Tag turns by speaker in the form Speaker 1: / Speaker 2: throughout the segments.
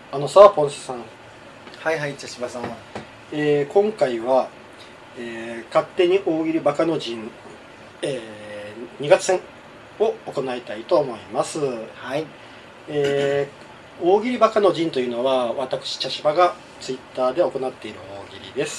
Speaker 1: ポンセさん、
Speaker 2: はいはい、茶芝さん。
Speaker 1: 今回は、勝手に大喜利バカの陣、2月戦を行いたいと思います。
Speaker 2: はい。
Speaker 1: 大喜利バカの陣というのは私茶芝がツイッターで行っている大喜利です。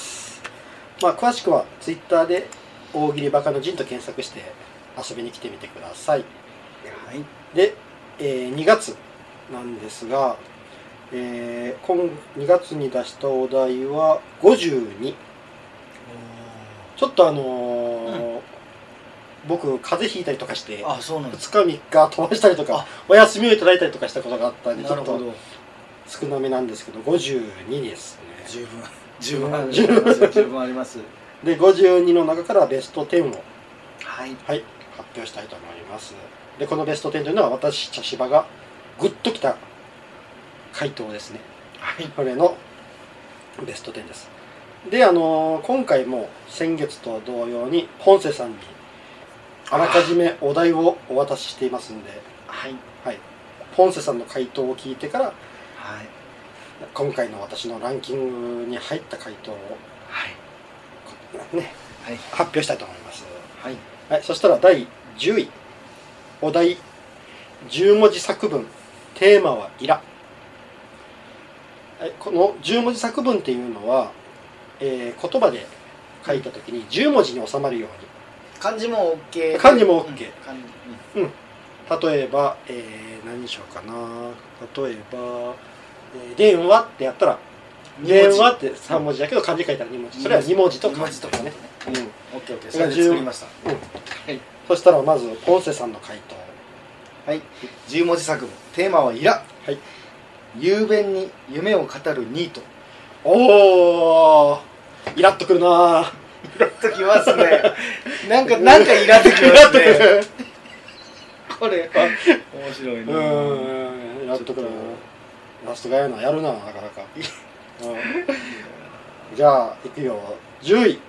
Speaker 1: 詳しくはツイッターで大喜利バカの陣と検索して遊びに来てみてください。
Speaker 2: はい。
Speaker 1: で、2月なんですが、2月に出したお題は52。ちょっと僕風邪ひいたりとかして
Speaker 2: そうなんです
Speaker 1: 2日3日飛ばしたりとかお休みをいただいたりとかしたことがあったんで、ちょっと少なめなんですけど52ですね。
Speaker 2: 十分あります。
Speaker 1: で52の中からベスト10を
Speaker 2: はい、
Speaker 1: 発表したいと思います。でこのベスト10というのは私茶芝がグッときた回答ですね。
Speaker 2: はい。
Speaker 1: これのベスト10です。で今回も先月と同様にポンセさんにあらかじめお題をお渡ししていますんで、
Speaker 2: はい、
Speaker 1: ポンセさんの回答を聞いてから、
Speaker 2: はい、
Speaker 1: 今回の私のランキングに入った回答を、発表したいと思います。そしたら第10位、お題10文字作文、テーマはイラ。この10文字作文っていうのは、言葉で書いた時に10文字に収まるように、
Speaker 2: 漢字も OK。
Speaker 1: 漢字も OK。例えば、何にしようかな。例えば、電話ってやったら、電話って3文字だけど漢字書いたら2文字。それは2文字と漢字とかね。
Speaker 2: OK。それで作りました。
Speaker 1: そしたらまず、ポンセさんの回答。
Speaker 2: はい。10文字作文。テーマはイラ。
Speaker 1: はい。
Speaker 2: 雄弁に夢を語るニート。
Speaker 1: おー、イラッとくるなぁ。
Speaker 2: イラッときますね。なんかイラッときますね。これは面白いね。
Speaker 1: イラッとくるな。ラストがやな、やるな、なかなか。じゃあ、いくよ。10位。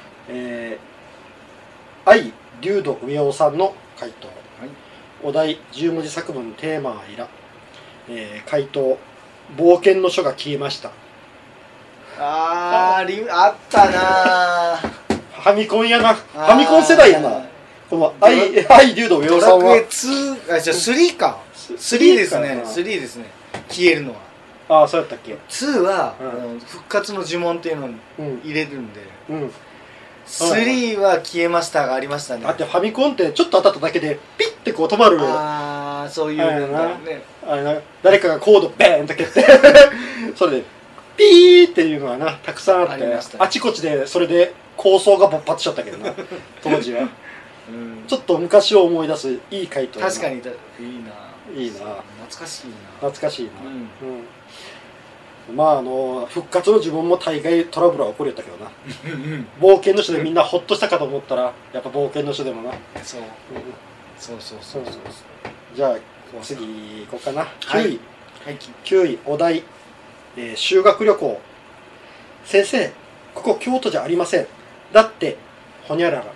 Speaker 1: 愛竜斗上尾さんの回答。お題10文字作文、テーマはイラ。回答、冒険の書が消えました。
Speaker 2: あったなぁ。
Speaker 1: ファミコンやな。ファミコン世代やな。この愛竜斗上尾さんは。
Speaker 2: ドラクエ2、じゃあ3か。3ですね。3ですね。消えるのは。
Speaker 1: そうやったっけ。
Speaker 2: 2は、復活の呪文っていうのを入れるんで。3は消えましたがありましたね。
Speaker 1: だってファミコンってちょっと当たっただけでピッてこう止まる。
Speaker 2: そういうのね。
Speaker 1: 誰かがコードベーンと蹴ってそれでピーっていうのはな、たくさんあって、あちこちでそれで抗争が勃発しちゃったけどな当時は。ちょっと昔を思い出すいい回答。
Speaker 2: 確かにいいな。懐かしいな。
Speaker 1: 復活の自分も大概トラブルは起こりよったけどな冒険の書でみんなホッとしたかと思ったらやっぱ冒険の書でもな。そう。じゃあ次行こうかな。9位、お題修学旅行。先生、ここ京都じゃありません。だってほにゃらら。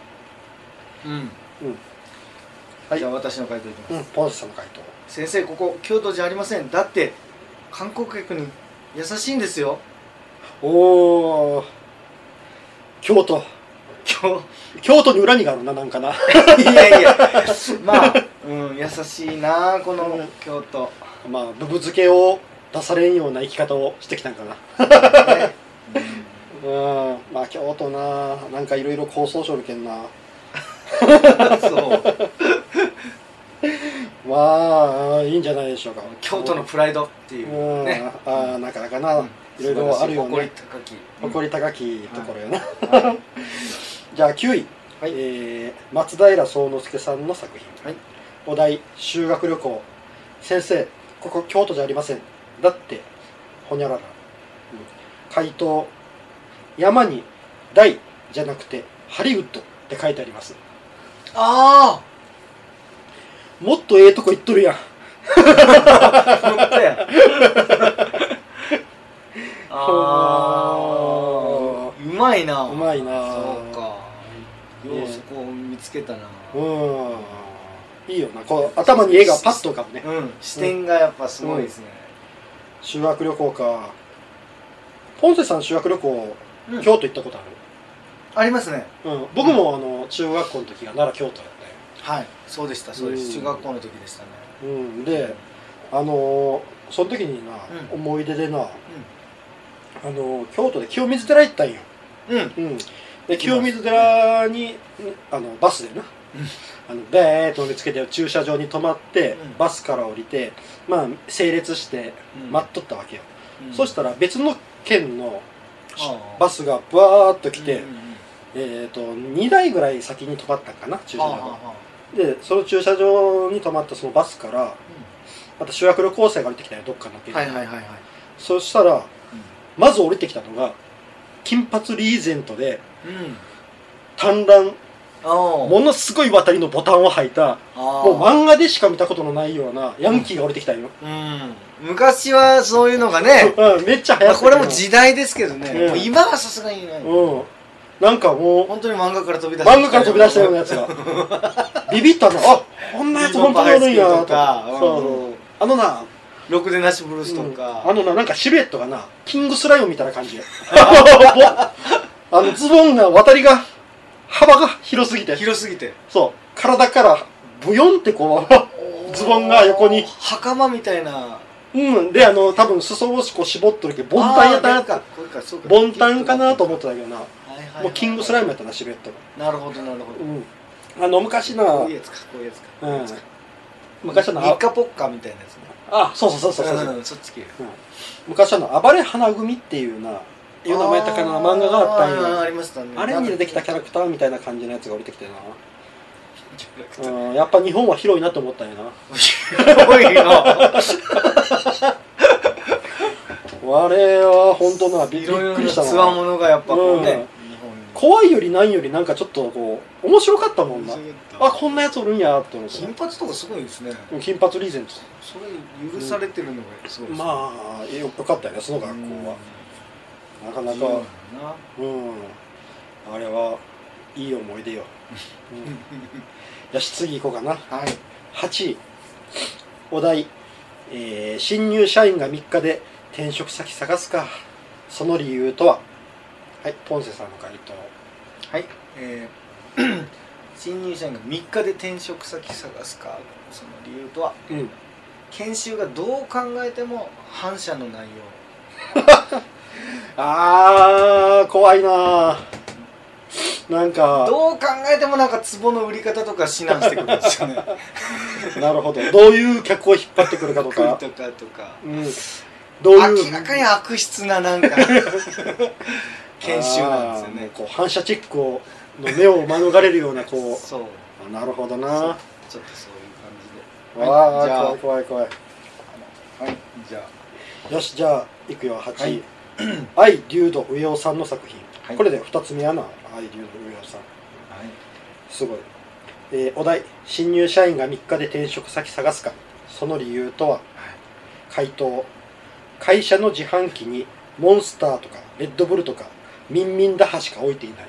Speaker 2: じゃあ私の回答いきます。
Speaker 1: ポンセさんの回答。
Speaker 2: 先生、ここ京都じゃありません。だって観光客に優しいんですよ。
Speaker 1: おー、京都に恨みがあるな、なんかな。
Speaker 2: いや優しいなこの京都。
Speaker 1: ブブ漬けを出されんような生き方をしてきたんかな。京都な、なんかいろいろ構想しょるけんな。いいんじゃないでしょうか。
Speaker 2: 京都のプライドっていうね。
Speaker 1: なかなかな、いろいろあるよね。誇り高きところよな。じゃあ9位、松平宗之助さんの作品。お題修学旅行。先生、ここ京都じゃありません。だってほにゃらら。回答、山に大じゃなくてハリウッドって書いてあります。もっとええとこ行っとるやん。
Speaker 2: 本当や。うまいな。そうか。ようそこを見つけたな。
Speaker 1: いいよな。こう頭に絵がパッと浮かぶね。
Speaker 2: 視点がやっぱすごいですね。
Speaker 1: 修学旅行か。ポンセさん修学旅行、京都行ったことある？
Speaker 2: ありますね。
Speaker 1: 僕も中学校の時が奈良京都だった
Speaker 2: よ。はい、そうでした、そうです。中学校の時でしたね。
Speaker 1: で、その時にな、思い出でな、京都で清水寺行ったんよ。で清水寺にバスでな、ベーッと乗りつけて駐車場に止まって、バスから降りて、まあ整列して待っとったわけよ。そしたら別の県のバスがバーッと来て、2台ぐらい先に止まったんかな、駐車場が。でその駐車場に止まったそのバスから、また修学旅行生が降りてきたよ、どっかの県に。そしたら、まず降りてきたのが金髪リーゼントで、短乱、ものすごい渡りのボタンを履いた、もう漫画でしか見たことのないようなヤンキーが降りてきたよ。
Speaker 2: 昔はそういうのがね、
Speaker 1: めっちゃ流行ってた。
Speaker 2: これも時代ですけどね、今はさすがにね、
Speaker 1: なんかもう
Speaker 2: 本当に漫画から飛び出
Speaker 1: したようなやつがビビったな。あ、こんなやつ本当におるんやとか。
Speaker 2: ろくでなしブルースとか、
Speaker 1: なんかシルエットがな、キングスライムみたいな感じでズボンが渡りが幅が広すぎて、そう体からブヨンってこうズボンが横に
Speaker 2: 袴みたいな。
Speaker 1: で多分裾をこう絞っとるけどボンタンやったな、ボンタンかなと思ってたけどな、もうキングスライムやったな、シルエットが。
Speaker 2: なるほどなるほど。
Speaker 1: 昔な、
Speaker 2: こういうやつか、こういうやつか。
Speaker 1: 昔の
Speaker 2: ニッカポッカみたいなやつね。
Speaker 1: あ、そうそっち系。昔暴れ花組っていうな、いう名前やったかな、漫画があったんよ。
Speaker 2: ありましたね。
Speaker 1: あれに出てきたキャラクターみたいな感じのやつが降りてきてな、やっぱ日本は広いなと思ったんやな。
Speaker 2: 広いな。
Speaker 1: あれは本当な、びっくりしたな。
Speaker 2: つわものがやっぱこうね、
Speaker 1: 怖いよりないよりなんかちょっとこう面白かったもんな。あ、こんなやつおるんやって思って。
Speaker 2: 金髪とかすごいですね。
Speaker 1: 金髪リーゼント。
Speaker 2: それ許されてるのがすごいですね。
Speaker 1: まあよかったよね、その学校は。なかなかあれはいい思い出よ。よし、次行こうかな。8位、お題、新入社員が3日で転職先探すか、その理由とは。はい、ポンセさんの回答。
Speaker 2: はい、新入社員が3日で転職先探すか、その理由とは、研修がどう考えても反社の内容。
Speaker 1: 怖いな。なんか
Speaker 2: どう考えてもなんか壺の売り方とか指南してくるんですよね。
Speaker 1: なるほど、どういう客を引っ張ってくるかとか
Speaker 2: どういう明らかに悪質ななんか研修なんですよね。
Speaker 1: こう反射チェックの目を免れるようなこう。そう。なるほどな。
Speaker 2: ちょっとそういう感じで。
Speaker 1: わあ、怖い。
Speaker 2: はい、じゃ
Speaker 1: あ。よし、じゃあいくよ。8位、愛龍斗上尾さんの作品。これで2つ目やな。愛龍斗上尾さん。すごい。お題、新入社員が3日で転職先探すか、その理由とは。回答、会社の自販機にモンスターとかレッドブルとかミンミン打破しか置いていない。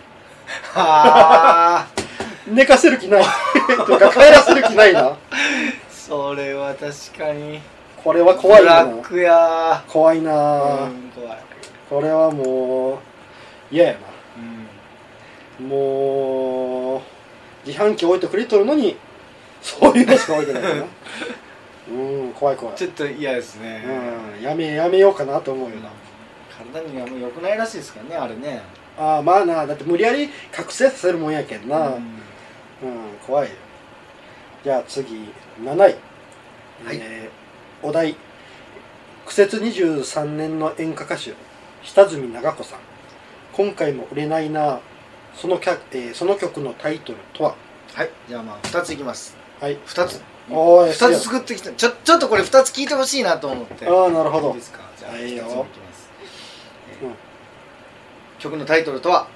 Speaker 1: 寝かせる気ないというか帰らせる気ないな。
Speaker 2: それは確かに
Speaker 1: これは怖いな。
Speaker 2: ブラックや
Speaker 1: 怖いな。
Speaker 2: 怖い。
Speaker 1: これはもう嫌やな。もう自販機置いてくれとるのにそういうのしか置いてないかな。怖い。
Speaker 2: ちょっと嫌ですね。
Speaker 1: やめようかなと思うよな。
Speaker 2: 体にはもう良くないらしいですからね、あれね。
Speaker 1: まあな、だって無理やり覚醒させるもんやけんな。怖いよ。じゃあ次、7位。お題、苦節23年の演歌歌手下積長子さん。今回も売れないな。その曲のタイトルとは。
Speaker 2: はい、じゃあ2ついきます。2つ作ってきた。ちょっとこれ2つ聞いてほしいなと思って。
Speaker 1: なるほど。
Speaker 2: いいですか。じゃあ2つ目いきます。曲のタイトルとは、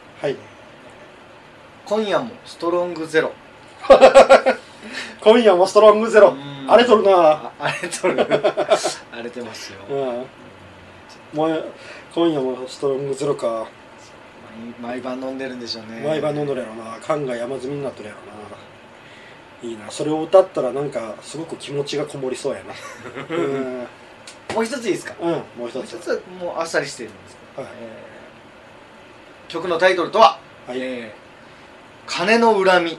Speaker 2: 今夜もストロングゼロ。
Speaker 1: 今夜もストロングゼロ。荒れとるな。
Speaker 2: 荒れてますよ。
Speaker 1: もう今夜もストロングゼロか。
Speaker 2: 毎晩飲んでるんでしょうね。
Speaker 1: 毎晩飲んどるやろな。缶が山積みになっとるやろな。いいな。それを歌ったらなんかすごく気持ちがこもりそうやな。
Speaker 2: もう一ついいですか。
Speaker 1: もう一つ。
Speaker 2: もう一つはもうあっさりしてるんですけど、
Speaker 1: はい、
Speaker 2: 曲のタイトルとは、金の恨み。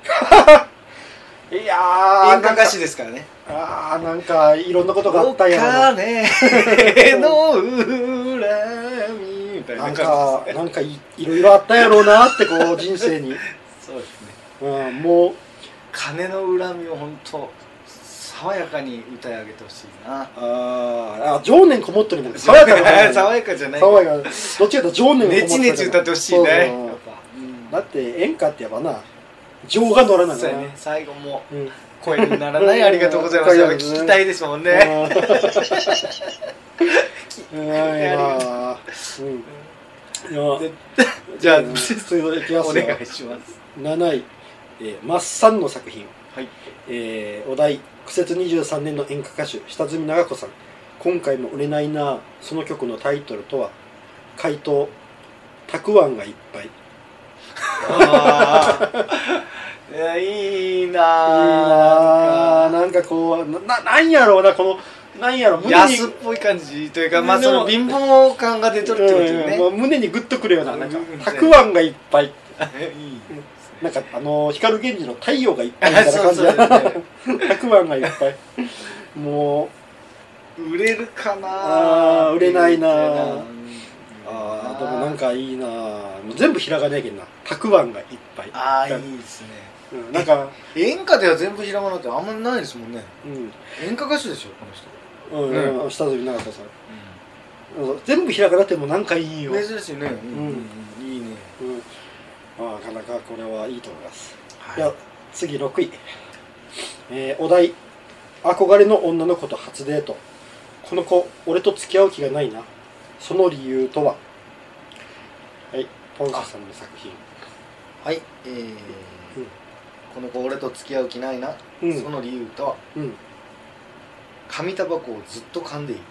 Speaker 1: いや
Speaker 2: 演歌歌詞ですからね。
Speaker 1: なんかいろんなことがあったんやろ
Speaker 2: な。お金の恨みみたいな。
Speaker 1: なんかいろいろあったんやろうなってこう人生に。
Speaker 2: そうですね。
Speaker 1: もう
Speaker 2: 金の恨みを本当爽やかに歌い上げてほしいな。
Speaker 1: 情念こもっとるんだけど爽やかじゃない。
Speaker 2: 爽やかじゃない。
Speaker 1: 爽やか。どっちかというと情念をこもってる。
Speaker 2: ネチネチ歌ってほしいね。
Speaker 1: だって演歌ってやっぱな情が乗らないから
Speaker 2: ね。最後も声にならないありがとうございます。聞きたいですもんね。じゃあ
Speaker 1: それでいきますよ。
Speaker 2: お願いします。
Speaker 1: 7位、マッサンの作品。
Speaker 2: はい。
Speaker 1: お題苦節23年の演歌歌手下積長子さん。今回も売れないな。その曲のタイトルとは。回答たくあんがいっぱい。
Speaker 2: いいな。
Speaker 1: なんかこうなんやろうな、このなんやろ、
Speaker 2: 安っぽい感じというか、まあその貧乏感が出とるってことよね。
Speaker 1: 胸にグッとくるような、なんかたくあんがいっぱい。なんか光源氏の太陽がいっぱいみたいな感じだ。たくあんがいっぱい。も
Speaker 2: う売れるかな。
Speaker 1: 売れないな。でもなんかいいな。全部ひらがなやけんな。たくあんがいっぱい。
Speaker 2: いいですね。
Speaker 1: なんか
Speaker 2: 演歌では全部ひらがなってあんまりないですもんね。演歌歌手でしょこの人。
Speaker 1: 下積長子さん。全部ひらがなってもなんかいいよ。
Speaker 2: 珍しいね。いいね。
Speaker 1: なかなかこれはいいと思います。では次6位。お題憧れの女の子と初デート。この子俺と付き合う気がないな。その理由とは。はい、ポンセさんの作品。
Speaker 2: はい、この子俺と付き合う気ないな。その理由とは。紙タバコをずっと噛んでいる。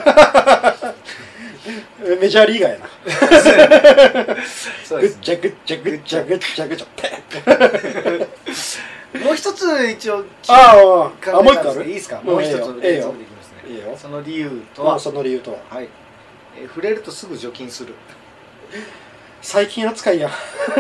Speaker 1: メジャーリーガーやな。
Speaker 2: そうですね。
Speaker 1: ぐっちゃぐっちゃぐっちゃぐっちゃぐっちゃ
Speaker 2: もう一つ一応
Speaker 1: もう一個ある。
Speaker 2: いいですか。もう一つ
Speaker 1: ええよ。
Speaker 2: その理由とは。
Speaker 1: その理由とは。
Speaker 2: はい。触れるとすぐ除菌する。
Speaker 1: 最近扱いや。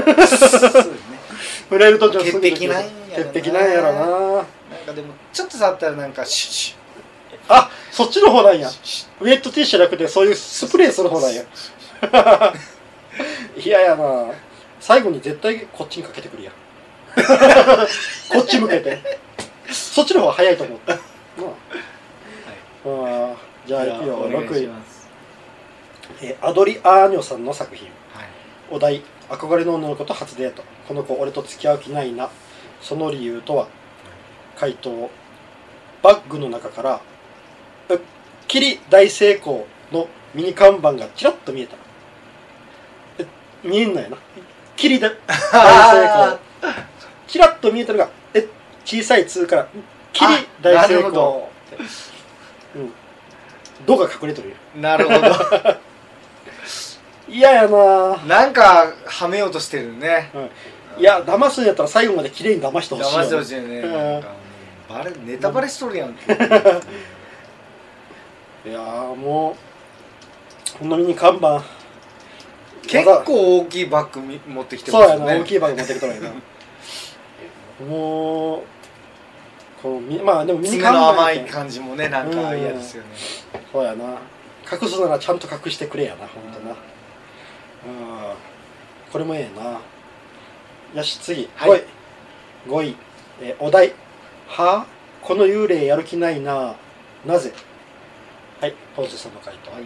Speaker 1: 触れると
Speaker 2: 潔癖なんやろな。
Speaker 1: 潔癖なんやろな。
Speaker 2: なんかでもちょっと触ったらなんかシュッ。
Speaker 1: そっちの方なんや。ウェットティッシュじゃなくてそういうスプレーする方なんや。嫌やな。最後に絶対こっちにかけてくるやん。こっち向けて。そっちの方が早いと思った。じゃあいくよ。6位。アドリアーニョさんの作品。お題憧れの女の子と初デート。この子俺と付き合う気ないな。その理由とは。回答バッグの中からキリ大成功のミニ看板がちらっと見えた。見えんのやな。キリ大成功ちらっと見えたのが小さい「つ」から「キリ大成功」「ど」が隠れとるよ。
Speaker 2: なるほど。
Speaker 1: 嫌やな。
Speaker 2: なんかはめようとしてるね。
Speaker 1: いや騙すんやったら最後まで綺麗に騙してほしい。
Speaker 2: 騙してほしいね。ネタバレしとるやん。い
Speaker 1: やもうこんなミニ看板
Speaker 2: 結構大きいバッグ持ってきて
Speaker 1: ますよね。そうやな、大きいバッグ持ってきたらいいな。もうこうまあでもミニ看板
Speaker 2: の甘い感じもね、なんか嫌ですよね。
Speaker 1: そうやな。隠すならちゃんと隠してくれやな、ほんとな。これもええな。よし次、5位。お題はこの幽霊やる気ないな。なぜ。はい、ポーズさんの回答。はい。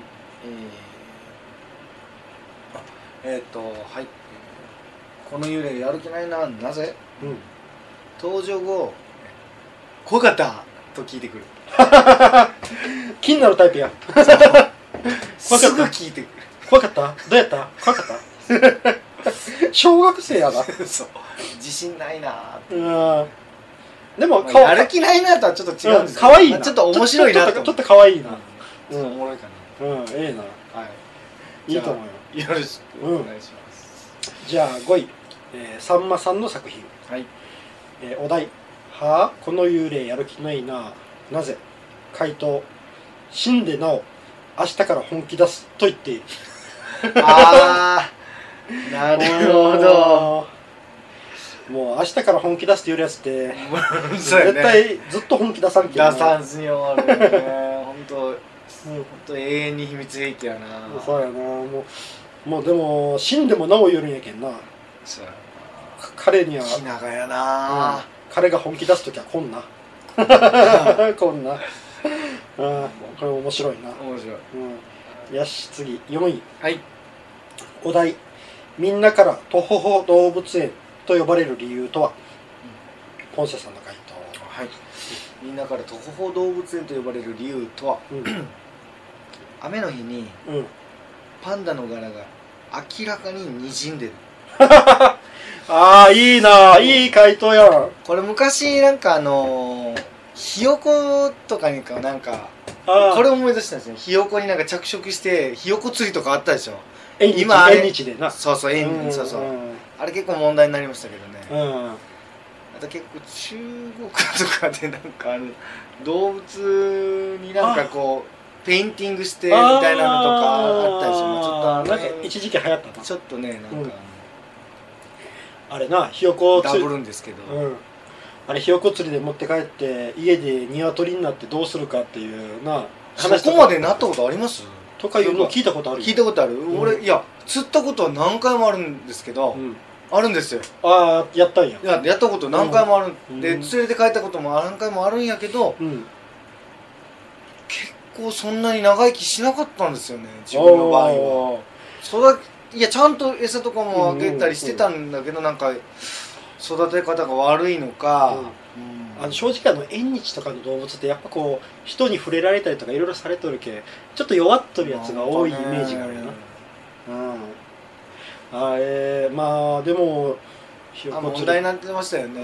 Speaker 2: はい。この幽霊やる気ないな。なぜ。登場後怖かったと聞いてくる。
Speaker 1: 気になるタイプや。
Speaker 2: すぐ聞いてくる。
Speaker 1: 怖かった？どうやった？怖かった？小学生やな。
Speaker 2: そう。自信ないな。
Speaker 1: でも
Speaker 2: やる気ないなとはちょっと違うんですよ。
Speaker 1: 可愛いな。
Speaker 2: ちょっと面白いなと。
Speaker 1: ちょっと可愛いな。
Speaker 2: おもろいかな。
Speaker 1: ええな。はい。いいと思うよ。
Speaker 2: よろしくお願いします。
Speaker 1: じゃあ5位、さんまさんの作品。はい。お題はこの幽霊やる気ないな。なぜ。回答死んでなお明日から本気出すと言っている。
Speaker 2: ああ、なるほど。
Speaker 1: もう明日から本気出すって言うやつって
Speaker 2: そうやね、
Speaker 1: 絶対ずっと本気出さんけど
Speaker 2: 出さんすに終わるよね。本当永遠に秘密兵器やな。
Speaker 1: そうやな。もうでも死んでもなお言うんやけんな。
Speaker 2: そうやな。
Speaker 1: 彼には
Speaker 2: 気長やな、
Speaker 1: 彼が本気出す時はこんなこんな、これ面白いな。
Speaker 2: 面白い。
Speaker 1: よし、次4位。
Speaker 2: はい。
Speaker 1: お題、みんなからトホホ動物園と呼ばれる理由とは。ポンセさんの回答。
Speaker 2: はい。みんなからトホホ動物園と呼ばれる理由とは、雨の日にパンダの柄が明らかに滲んでる。
Speaker 1: ああ、いいな、いい回答やん。
Speaker 2: これ昔なんかひよことかにかなんかこれ思い出したんですね。ひよこになんか着色してひよこ釣りとかあったでしょ。
Speaker 1: 今縁日でな。
Speaker 2: そうそう、そうそう、あれ結構問題になりましたけどね。あと結構中国とかでなんか動物になんかこうペインティングしてみたいなのとかあったりします。ちょっと
Speaker 1: なんか一時期流行ったな。
Speaker 2: ちょっとね、なんか
Speaker 1: あれな、ひよこ
Speaker 2: ダブるんですけど、
Speaker 1: あれひよこ釣りで持って帰って家で鶏になってどうするかっていうな
Speaker 2: 話。そこまでなったことあります
Speaker 1: とかいうの聞いたことある。
Speaker 2: 聞いたことある。俺いや釣ったことは何回もあるんですけど、あるんですよ。
Speaker 1: ああ、やったんや。
Speaker 2: やったこと何回もあるんで、連れて帰ったことも何回もあるんやけど、結構そんなに長生きしなかったんですよね、自分の場合は。いやちゃんと餌とかもあげたりしてたんだけど、なんか育て方が悪いのか、
Speaker 1: 正直縁日とかの動物ってやっぱこう人に触れられたりとかいろいろされとるけちょっと弱っとるやつが多いイメージがあるよな。まあでも
Speaker 2: 問題になってましたよね。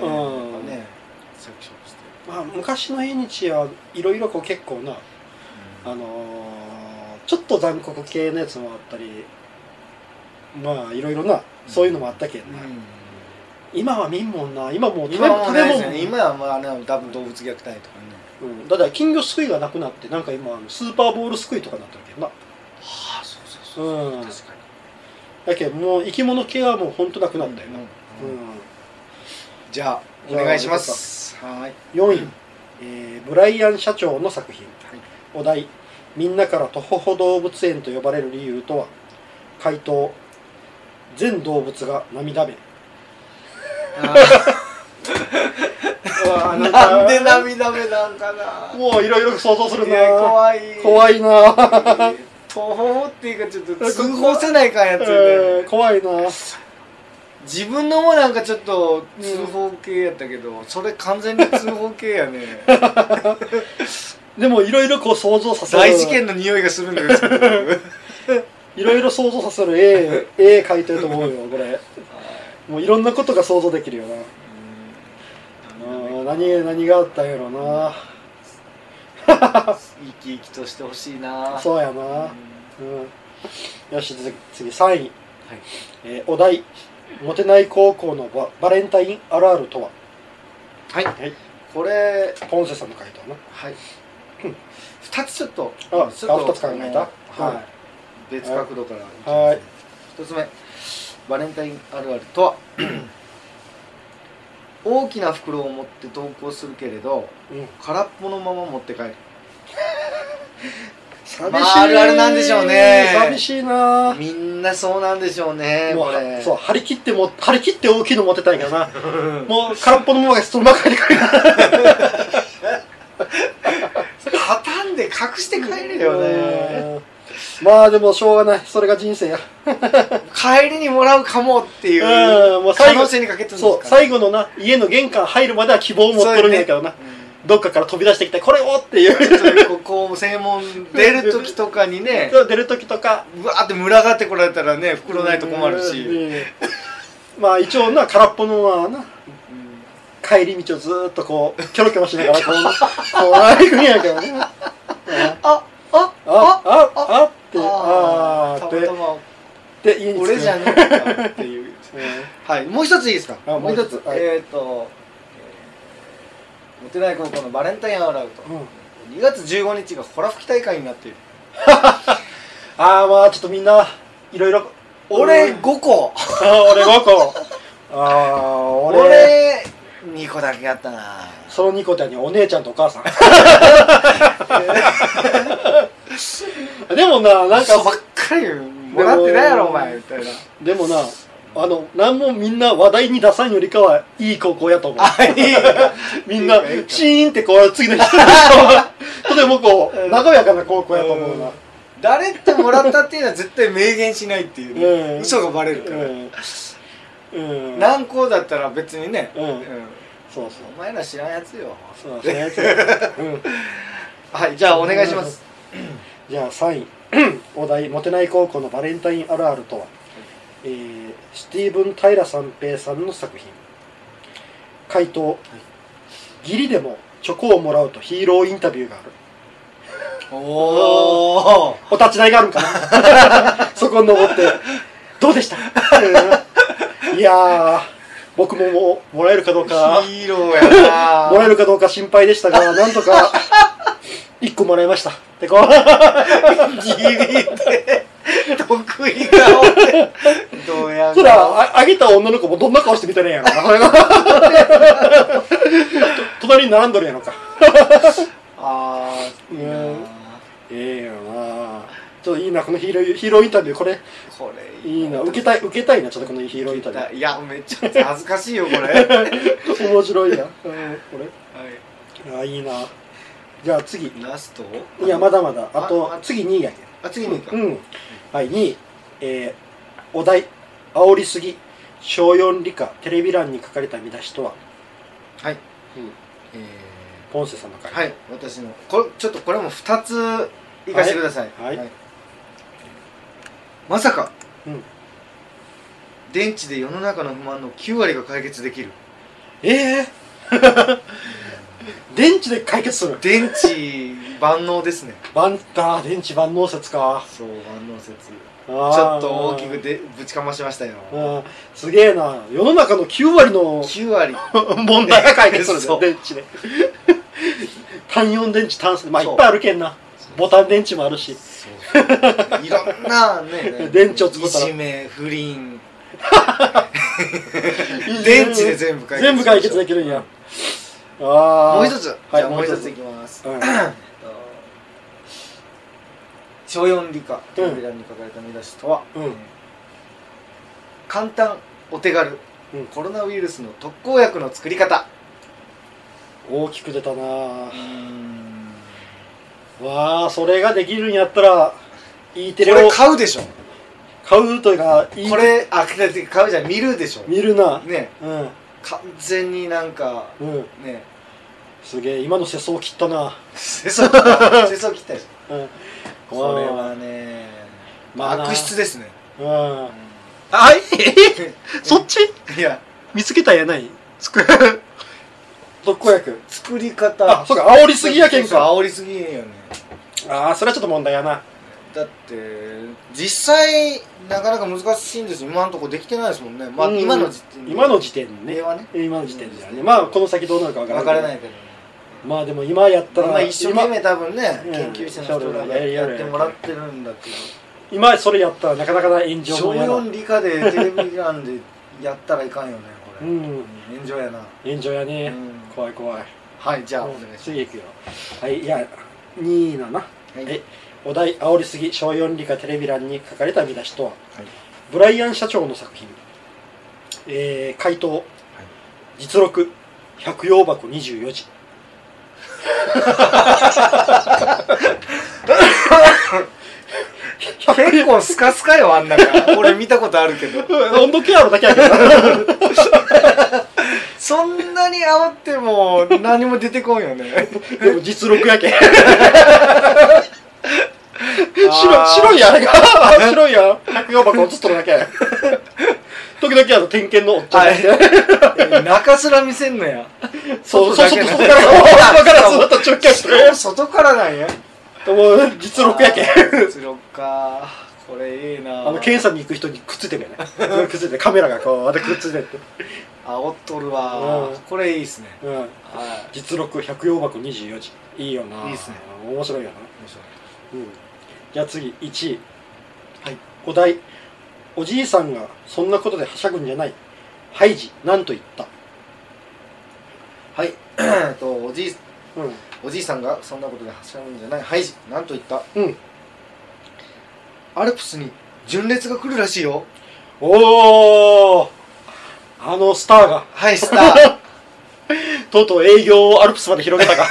Speaker 1: まあ昔の縁日はいろいろこう結構なちょっと残酷系のやつもあったり、まあいろいろなそういうのもあったけどな。今は見んもんな。今もう食べ物
Speaker 2: 今はまあ多分動物虐待とかね。
Speaker 1: だから金魚すくいがなくなってなんか今スーパーボールすくいとかになってるけどな。
Speaker 2: はあ、そうそうそう。確かに。
Speaker 1: だけどもう生き物系はもう本当なくなったよな。
Speaker 2: じゃあお願いします。はい。
Speaker 1: 4位、ブライアン社長の作品。お題、みんなからトホホ動物園と呼ばれる理由とは。回答、全動物が涙目。
Speaker 2: なんで涙目なんかな。
Speaker 1: もういろいろ想像するな。
Speaker 2: 怖い
Speaker 1: な。
Speaker 2: 途方っていうかちょっと通報せないかんやつよね。
Speaker 1: 怖いな。
Speaker 2: 自分のもなんかちょっと通報系やったけど、それ完全に通報系やね。
Speaker 1: でもいろいろこう想像させる
Speaker 2: 大事件の匂いがするんですけど
Speaker 1: いろいろ想像させる絵描いてると思うよこれ。もういろんなことが想像できるよな。何があったんやろうな。
Speaker 2: 生き生きとしてほしいな。
Speaker 1: そうやな。よし、次3位。お題、モテない高校のバレンタインあるあるとは。
Speaker 2: はい、これ
Speaker 1: ポンセさんの回答な。
Speaker 2: はい、2つちょっと
Speaker 1: 2つ考えた。
Speaker 2: 別角度から。1つ目、バレンタインあるあるとは大きな袋を持って登校するけれど、空っぽのまま持って帰る。
Speaker 1: 寂しい。
Speaker 2: あるあるなんでしょうね。
Speaker 1: 寂しいな。
Speaker 2: みんなそうなんでしょうね。これ
Speaker 1: そう、張り切って大きいの持ってたんやけどな。もう空っぽのままそのまま帰ってくる。
Speaker 2: 畳んで隠して帰るよね。
Speaker 1: まあでもしょうがない、それが人生や。
Speaker 2: 帰りにもらうかもっていう可能性にかけてるんですかね。
Speaker 1: そう、最後のな家の玄関入るまでは希望を持っとるんやけどな、どっかから飛び出してきてこれをっていう
Speaker 2: ここ正門出る時とかにね
Speaker 1: 出る時とか
Speaker 2: うわーって群がってこられたらね、袋ないと困るし、
Speaker 1: まあ一応な空っぽのままな帰り道をずーっとこうキョロキョロしながらこう行くんやけどね。って家に
Speaker 2: 俺じゃねえかっていう。はい、もう一ついいですか。もう一つ、モテない高校のバレンタインあるあると、 2月15日がホラ吹き大会になっている。
Speaker 1: ああ、まあちょっとみんないろいろ。
Speaker 2: 俺5個。
Speaker 1: 俺5個。ああ、
Speaker 2: 俺2個だけやったな。
Speaker 1: その2個ってお姉ちゃんとお母さん。でもな、なんか
Speaker 2: ばっかりもらってないやろお前みたいな。
Speaker 1: でもな、何もみんな話題に出さんよりかはいい高校やと思う。みんなチーンってこう次の人とてもこう和やかな高校やと思うな。
Speaker 2: 誰ってもらったっていうのは絶対明言しないっていう、嘘がバレるから。何校だったら別にね。
Speaker 1: そうそう。
Speaker 2: お前ら知らんやつよ。
Speaker 1: そう知らんやつ。
Speaker 2: はい、じゃあお願いします。
Speaker 1: じゃあ3位。お題モテない高校のバレンタインあるあるとは。スティーブン・平三平さんの作品。回答、義理でもチョコをもらうとヒーローインタビューがある。お立ち台があるんかな。そこに登ってどうでした。いやー、僕ももらえるかどうか
Speaker 2: ヒーローやな。
Speaker 1: もらえるかどうか心配でしたが、なんとか1個もらいましたってこう。
Speaker 2: 義理で得意顔でどうや
Speaker 1: そらあげた女の子もどんな顔して見たらええんやろな。隣に並んどるやろか。
Speaker 2: ああ、
Speaker 1: ええよな。ちょっといいな、このヒーローインタビュー。これいいな、受けたいな、ちょっとこのヒーローインタビュー。
Speaker 2: いや、めっちゃ恥ずかしいよこれ。
Speaker 1: 面白いやん。これ
Speaker 2: はい、
Speaker 1: いいな。じゃあ次
Speaker 2: ラスト。
Speaker 1: いや、まだまだあと次2位やけん。
Speaker 2: 次2位か。
Speaker 1: はい、2位、お題煽りすぎ小4理科テレビ欄に書かれた見出しとは。
Speaker 2: はい、
Speaker 1: ポンセさんの回。
Speaker 2: はい、私のちょっとこれも2ついかせてください。はい、まさか、電池で世の中の不満の9割が解決できる。
Speaker 1: 電池で解決する。
Speaker 2: 電池万能ですね。
Speaker 1: 電池万能説か。
Speaker 2: そう、万能説。ちょっと大きくぶちかましましたよ。
Speaker 1: すげえな。世の中の9割の問題が解決するんだよ、電池で。単4電池、単数、まあいっぱいあるけんな。ボタン電池もあるし。
Speaker 2: いろんなね、
Speaker 1: 電池を作ったら。
Speaker 2: いじめ、不倫。電池で全部
Speaker 1: 解決できるんや。
Speaker 2: もう一つ、じゃあもう一ついきます。小4理科テレビ欄に書かれた見出しとは、簡単お手軽コロナウイルスの特効薬の作り方。
Speaker 1: 大きく出たな。わあ、それができるんやったら E テレを
Speaker 2: これ買うでしょ。
Speaker 1: 買うというか、
Speaker 2: これ買うじゃん、見るでしょ。
Speaker 1: 見るな
Speaker 2: ね。完全になんかね。
Speaker 1: すげえ、今の世相切ったな。
Speaker 2: 世相切ったでしょ。これはね、悪質ですね。
Speaker 1: はい。そっち？いや、見つけたんやない。特効薬
Speaker 2: 作り方。
Speaker 1: あ、そうか、煽りすぎやけんか。
Speaker 2: 煽りすぎよね。
Speaker 1: ああ、それはちょっと問題やな。
Speaker 2: だって実際なかなか難しいんですよ。今のところできてないですもんね。まあ今の時点
Speaker 1: ね。今の時点ではね。
Speaker 2: ま
Speaker 1: あこの先どうなるかわからないけど。まあでも今やったら、
Speaker 2: 今一生懸命多分ね、研究者の人がやってもらってるんだけど、
Speaker 1: 今それやったらなかなか炎上もやだ。
Speaker 2: 小4理科でテレビ欄でやったらいかんよね、これ。炎上やな。
Speaker 1: 炎上やね。怖い怖い。
Speaker 2: はい、じゃあお願いします。
Speaker 1: 次いくよ。はい、いや、2位だな。お題煽りすぎ小4理科テレビ欄に書かれた見出しとは。ブライアン社長の作品。回答、実録百葉箱24時。
Speaker 2: 結構スカスカよ、あんなか。俺見たことあるけど。
Speaker 1: 温度計あるだけやけど。
Speaker 2: そんなに煽っても何も出てこんよね。
Speaker 1: でも実録やけん。白いあれが白いや百葉箱映っとるだけ。時々点検のおっちゃんがして
Speaker 2: 中すら見せんのや。
Speaker 1: 外からずっと直径して
Speaker 2: 外からなんや。
Speaker 1: もう実録やけん。
Speaker 2: 実録か。 これいいな。
Speaker 1: 検査に行く人にくっついてるよねくっついてカメラがこうまたくっついてって
Speaker 2: 煽っとるわ、これいいっすね。
Speaker 1: 実録百葉箱24時いいよな。
Speaker 2: いいっすね。
Speaker 1: 面白いよな。じゃあ次1位。お題おじいさんがそんなことではしゃぐんじゃない。ハイジなんと言った。
Speaker 2: はい。おじいさんがそんなことではしゃぐんじゃない。ハイジなんと言った。アルプスに純烈が来るらしいよ。
Speaker 1: おお、あのスターが。
Speaker 2: はい、スター
Speaker 1: とうとう営業をアルプスまで広げたか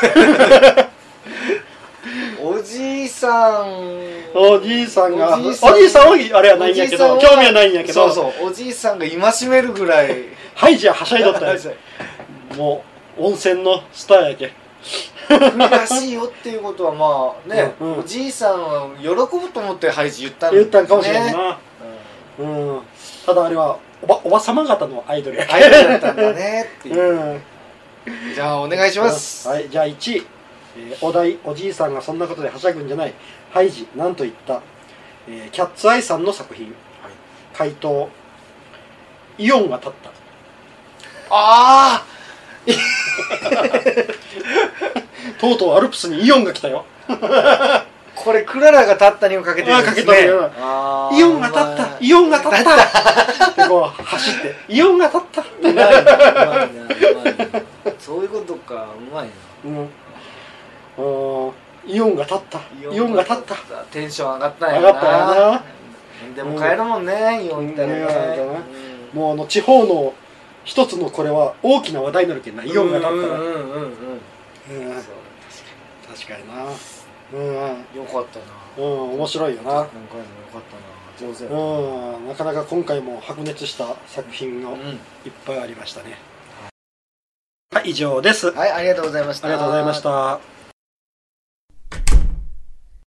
Speaker 2: おじいさん
Speaker 1: おじいさんが、おじいさんはあれはないんやけど、興味はないんやけど、
Speaker 2: そうそう、おじいさんが戒めるぐらい
Speaker 1: ハイジははしゃいどったやつ。もう温泉のスターやけ
Speaker 2: 来るらしいよっていうことは、まあね、おじいさんは喜ぶと思ってハイジ言ったん
Speaker 1: かもしれないな。ただあれはおばさま方のアイドルやけ。
Speaker 2: アイドルだったんだねっていう。じゃあお願いします。
Speaker 1: はい、じゃあ1位。お題おじいさんがそんなことではしゃぐんじゃない。ハイジなんと言った。キャッツアイさんの作品。回答イオンが立った。
Speaker 2: ああ
Speaker 1: とうとうアルプスにイオンが来たよ
Speaker 2: これクララが立ったにもかけてるんですね。
Speaker 1: イオンが立ったイオンが立ったってこう走ってイオンが立ったって
Speaker 2: うまいなうまいなそういうことか。うまいな。
Speaker 1: イオンが立ったイオンが立った。
Speaker 2: テンション上がったんやな。
Speaker 1: 上がったよな。
Speaker 2: でも買えるもんね、イオン行ったらね。
Speaker 1: もう地方の一つのこれは大きな話題になるけどな、イオンが立ったら。確かにな。
Speaker 2: よかったな。
Speaker 1: 面白いよな。
Speaker 2: 今回もよかったな。上手や
Speaker 1: なかなか今回も白熱した作品がいっぱいありましたね。はい、以上です。
Speaker 2: はい、ありがとうございました。
Speaker 1: ありがとうございました。